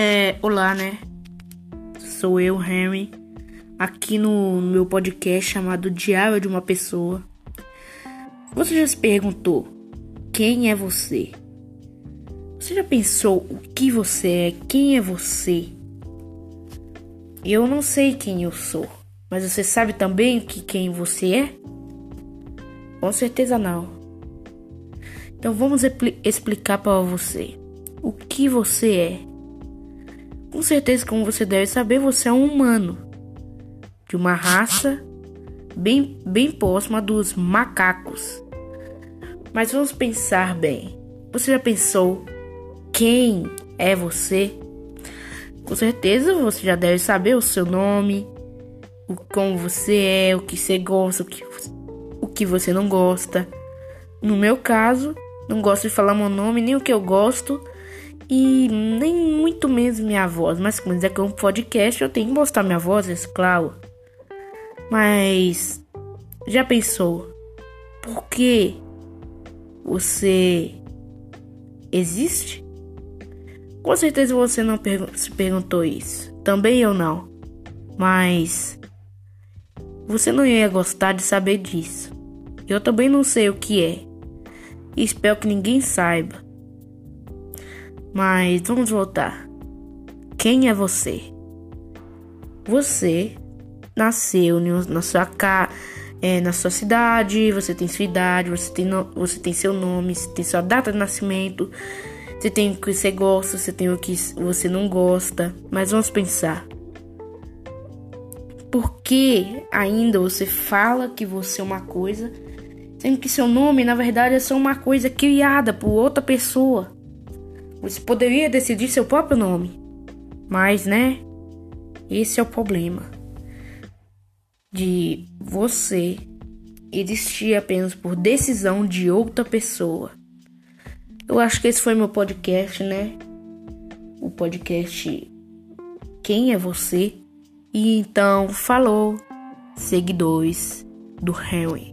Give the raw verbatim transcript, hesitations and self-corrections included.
É, olá, né? Sou eu, Henry, aqui no meu podcast chamado Diário de uma Pessoa. Você já se perguntou quem é você? Você já pensou o que você é? Quem é você? Eu não sei quem eu sou, mas você sabe também que quem você é? Com certeza não. Então vamos explicar para você o que você é. Com certeza, como você deve saber, você é um humano de uma raça bem, bem próxima dos macacos. Mas vamos pensar bem. Você já pensou quem é você? Com certeza você já deve saber o seu nome, o como você é, o que você gosta, o que, o que você não gosta. No meu caso, não gosto de falar meu nome, nem o que eu gosto. E nem muito menos minha voz. Mas como dizer que é um podcast, eu tenho que mostrar minha voz, é claro. Mas já pensou por que você existe? Com certeza você não pergu- se perguntou isso. Também eu não. Mas você não ia gostar de saber disso. Eu também não sei o que é. E espero que ninguém saiba. Mas vamos voltar. Quem é você? Você nasceu na sua ca... é, na sua cidade, você tem sua idade, você tem, no... você tem seu nome, você tem sua data de nascimento, você tem o que você gosta, você tem o que você não gosta. Mas vamos pensar. Por que ainda você fala que você é uma coisa, sendo que seu nome, na verdade, é só uma coisa criada por outra pessoa? Você poderia decidir seu próprio nome. Mas, né? Esse é o problema. De você existir apenas por decisão de outra pessoa. Eu acho que esse foi meu podcast, né? O podcast Quem é Você? E então, falou, seguidores do Henry.